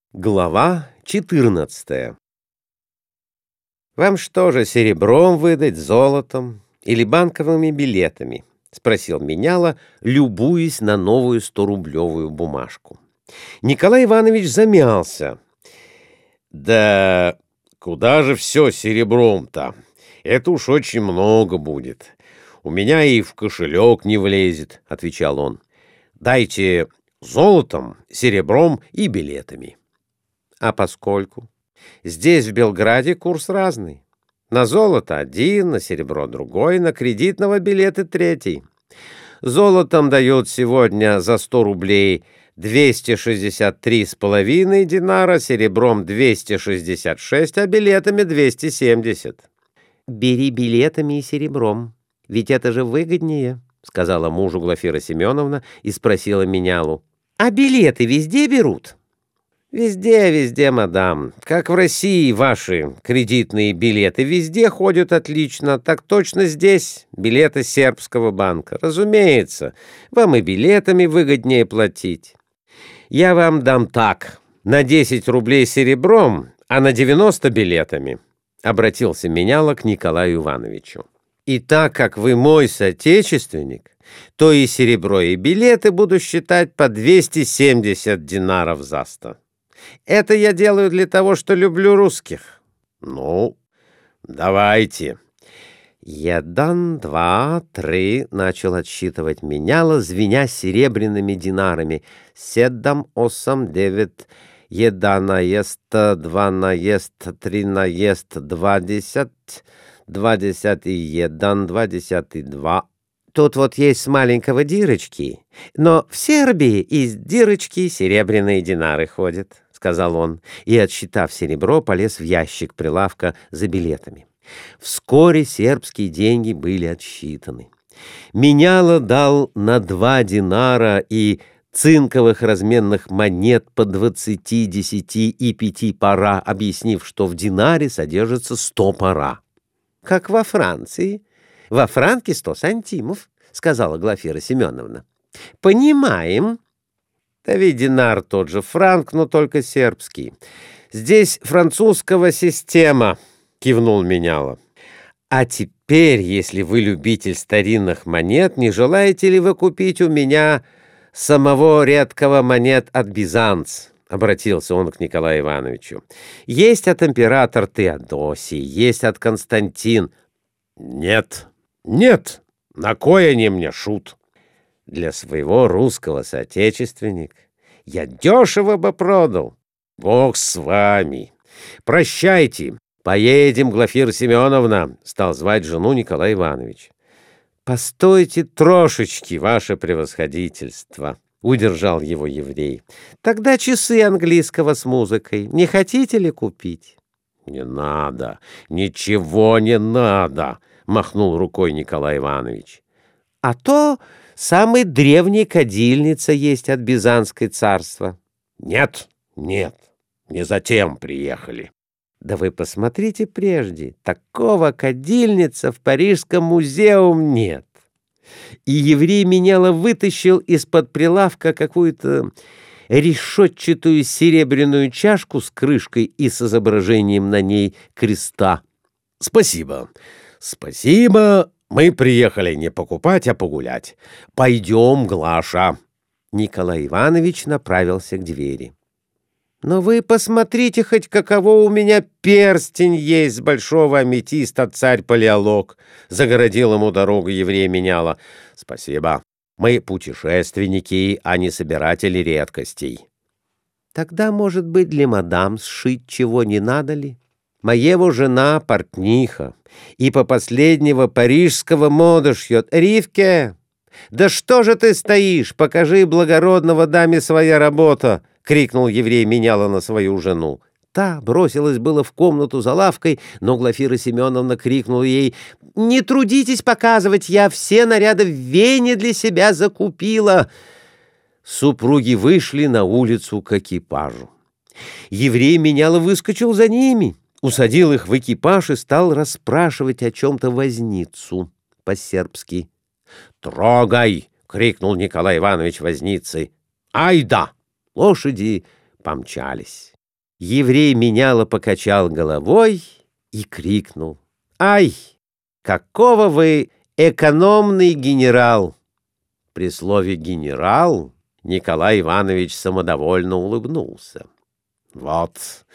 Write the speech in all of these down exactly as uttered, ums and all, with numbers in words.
Глава четырнадцатая. «Вам что же, серебром выдать, золотом или банковыми билетами?» — спросил меняла, любуясь на новую сторублевую бумажку. Николай Иванович замялся. «Да куда же все серебром-то? Это уж очень много будет. У меня и в кошелек не влезет», — отвечал он. «Дайте золотом, серебром и билетами». А поскольку здесь, в Белграде, курс разный. На золото один, на серебро другой, на кредитного билеты третий. Золотом дают сегодня за сто рублей двести шестьдесят три с половиной динара, серебром двести шестьдесят шесть, а билетами двести семьдесят. «Бери билетами и серебром, ведь это же выгоднее», — сказала мужу Глафира Семеновна и спросила менялу. «А билеты везде берут?» «Везде, везде, мадам. Как в России ваши кредитные билеты везде ходят отлично, так точно здесь билеты сербского банка. Разумеется, вам и билетами выгоднее платить. Я вам дам так, на десять рублей серебром, а на девяносто билетами», — обратился меняла к Николаю Ивановичу. «И так как вы мой соотечественник, то и серебро, и билеты буду считать по двести семьдесят динаров за сто. Это я делаю для того, что люблю русских». «Ну, давайте». «Един, два, три», — начал отсчитывать меняла, звеня серебряными динарами. «Седам, осам, девять, еда наест, два наест, три наест, двадцать, двадцать и един, двадцать и два». «Тут вот есть с маленького дырочки, но в Сербии из дырочки серебряные динары ходят», — сказал он, и, отсчитав серебро, полез в ящик прилавка за билетами. Вскоре сербские деньги были отсчитаны. Меняла дал на два динара и цинковых разменных монет по двадцати, десяти и пяти пара, объяснив, что в динаре содержится сто пара. «Как во Франции. Во франке сто сантимов», — сказала Глафира Семеновна. «Понимаем». «Да ведь динар тот же франк, но только сербский. Здесь французского система», — кивнул меняла. «А теперь, если вы любитель старинных монет, не желаете ли вы купить у меня самого редкого монет от Бизанц?» — обратился он к Николаю Ивановичу. «Есть от император Теодосий, есть от Константин». «Нет, нет, на кой они мне, шут?» «Для своего русского соотечественника я дешево бы продал». «Бог с вами! Прощайте! Поедем, Глафира Семеновна!» — стал звать жену Николай Иванович. «Постойте трошечки, ваше превосходительство!» — удержал его еврей. «Тогда часы английского с музыкой не хотите ли купить?» «Не надо, ничего не надо!» — махнул рукой Николай Иванович. «А то самой древней кадильница есть от Бизанской царства». «Нет, нет, не затем приехали». «Да вы посмотрите прежде, такого кадильница в Парижском музеум нет». И еврей меняла вытащил из-под прилавка какую-то решетчатую серебряную чашку с крышкой и с изображением на ней креста. «Спасибо, спасибо, мы приехали не покупать, а погулять. Пойдем, Глаша». Николай Иванович направился к двери. «Но вы посмотрите хоть, каково у меня перстень есть с большого аметиста, царь Палеолог», — загородил ему дорогу еврей меняла. «Спасибо. Мы путешественники, а не собиратели редкостей». «Тогда, может быть, для мадам сшить чего не надо ли? Моего жена портниха, и по последнего парижского мода шьет. Ривке, да что же ты стоишь? Покажи благородного даме своя работа!» — крикнул еврей меняла на свою жену. Та бросилась было в комнату за лавкой, но Глафира Семеновна крикнула ей: «Не трудитесь показывать, я все наряды в Вене для себя закупила». Супруги вышли на улицу к экипажу. Еврей меняла выскочил за ними, усадил их в экипаж и стал расспрашивать о чем-то возницу по-сербски. «Трогай!» — крикнул Николай Иванович возницы. «Ай да!» Лошади помчались. Еврей меняло покачал головой и крикнул: «Ай, какого вы экономный генерал!» При слове «генерал» Николай Иванович самодовольно улыбнулся. «Вот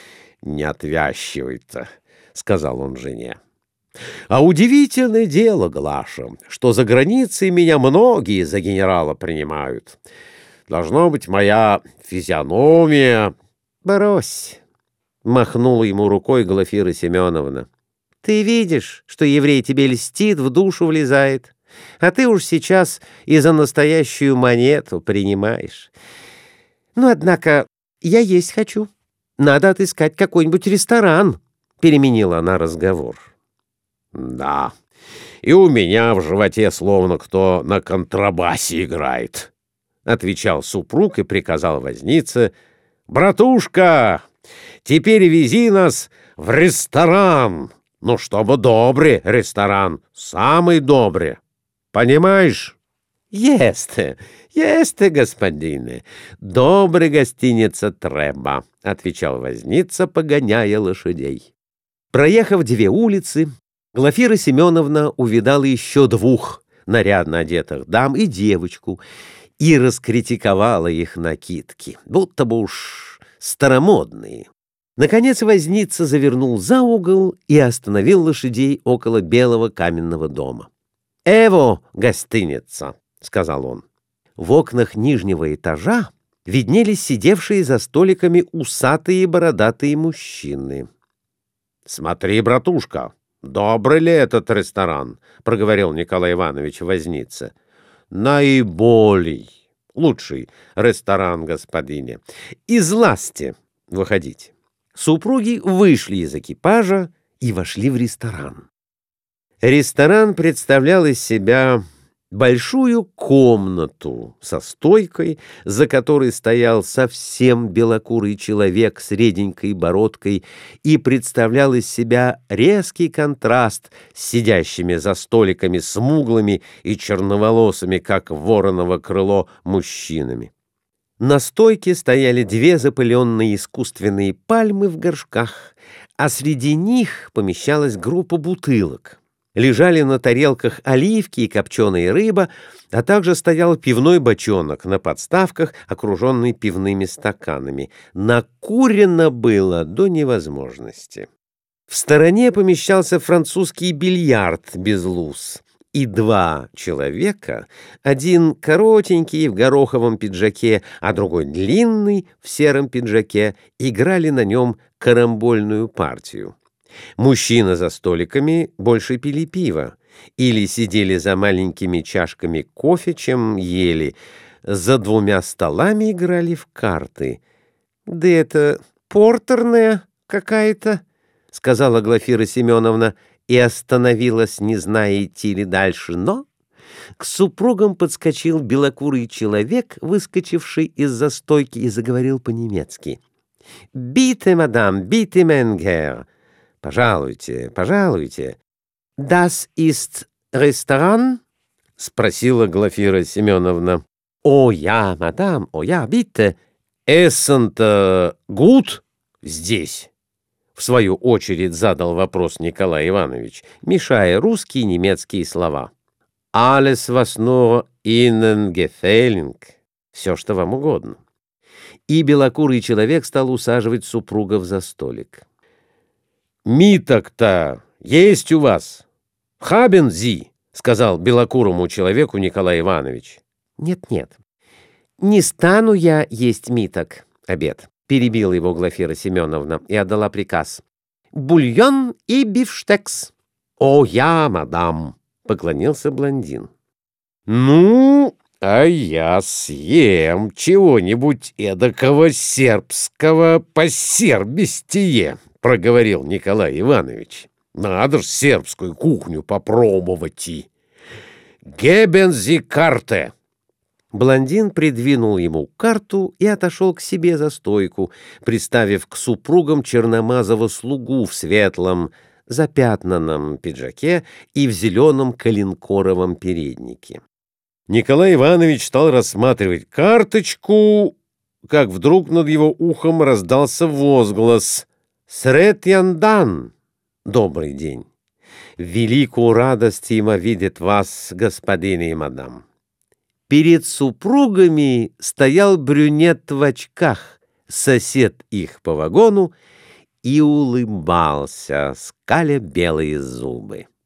неотвязчивый-то», — сказал он жене. «А удивительное дело, Глаша, что за границей меня многие за генерала принимают. Должно быть, моя физиономия...» «Брось!» — махнула ему рукой Глафира Семеновна. «Ты видишь, что еврей тебе льстит, в душу влезает, а ты уж сейчас и за настоящую монету принимаешь. Ну, однако, я есть хочу. Надо отыскать какой-нибудь ресторан», — переменила она разговор. «Да, и у меня в животе словно кто на контрабасе играет», — отвечал супруг и приказал вознице: «Братушка, теперь вези нас в ресторан, ну, чтобы добрый ресторан, самый добрый. Понимаешь?» «Есте, есте, господине, добрый гостиница треба», — отвечал возница, погоняя лошадей. Проехав две улицы, Глафира Семеновна увидала еще двух нарядно одетых дам и девочку и раскритиковала их накидки, будто бы уж старомодные. Наконец возница завернул за угол и остановил лошадей около белого каменного дома. «Эво, гостиница», — сказал он. В окнах нижнего этажа виднелись сидевшие за столиками усатые и бородатые мужчины. «Смотри, братушка, добрый ли этот ресторан?» — проговорил Николай Иванович возница. «Наиболей лучший ресторан, господине. Излазьте выходить». Супруги вышли из экипажа и вошли в ресторан. Ресторан представлял из себя большую комнату со стойкой, за которой стоял совсем белокурый человек с реденькой бородкой, и представлял из себя резкий контраст с сидящими за столиками смуглыми и черноволосыми, как вороново крыло, мужчинами. На стойке стояли две запыленные искусственные пальмы в горшках, а среди них помещалась группа бутылок. Лежали на тарелках оливки и копченая рыба, а также стоял пивной бочонок на подставках, окруженный пивными стаканами. Накурено было до невозможности. В стороне помещался французский бильярд без луз, и два человека, один коротенький в гороховом пиджаке, а другой длинный в сером пиджаке, играли на нем карамбольную партию. Мужчины за столиками больше пили пиво или сидели за маленькими чашками кофе, чем ели. За двумя столами играли в карты. «Да это портерная какая-то», — сказала Глафира Семеновна и остановилась, не зная, идти ли дальше. Но к супругам подскочил белокурый человек, выскочивший из-за стойки, и заговорил по-немецки. «Бите, мадам, бите, менгер. Пожалуйте, пожалуйте. Das ist Restaurant?» — спросила Глафира Семеновна. «О, я, мадам, о, я, bitte. Essen-то gut здесь?» В свою очередь задал вопрос Николай Иванович, мешая русские и немецкие слова. «Alles, was nur Ihnen gefällt» — все, что вам угодно. И белокурый человек стал усаживать супругов за столик. «Миток-то есть у вас? Haben Sie?» — сказал белокурому человеку Николай Иванович. «Нет-нет, не стану я есть миток, обед», — перебила его Глафира Семеновна и отдала приказ. «Бульон и бифштекс». «О, я, мадам», — поклонился блондин. «Ну, а я съем чего-нибудь эдакого сербского по-сербистие», — проговорил Николай Иванович. «Надо ж сербскую кухню попробовать. Гебен зи карте». Блондин придвинул ему карту и отошел к себе за стойку, приставив к супругам черномазого слугу в светлом запятнанном пиджаке и в зеленом коленкоровом переднике. Николай Иванович стал рассматривать карточку как вдруг над его ухом раздался возглас «Срет яндан! Добрый день! Великую радость има видит вас, господин и мадам!» Перед супругами стоял брюнет в очках, сосед их по вагону, и улыбался, скаля белые зубы.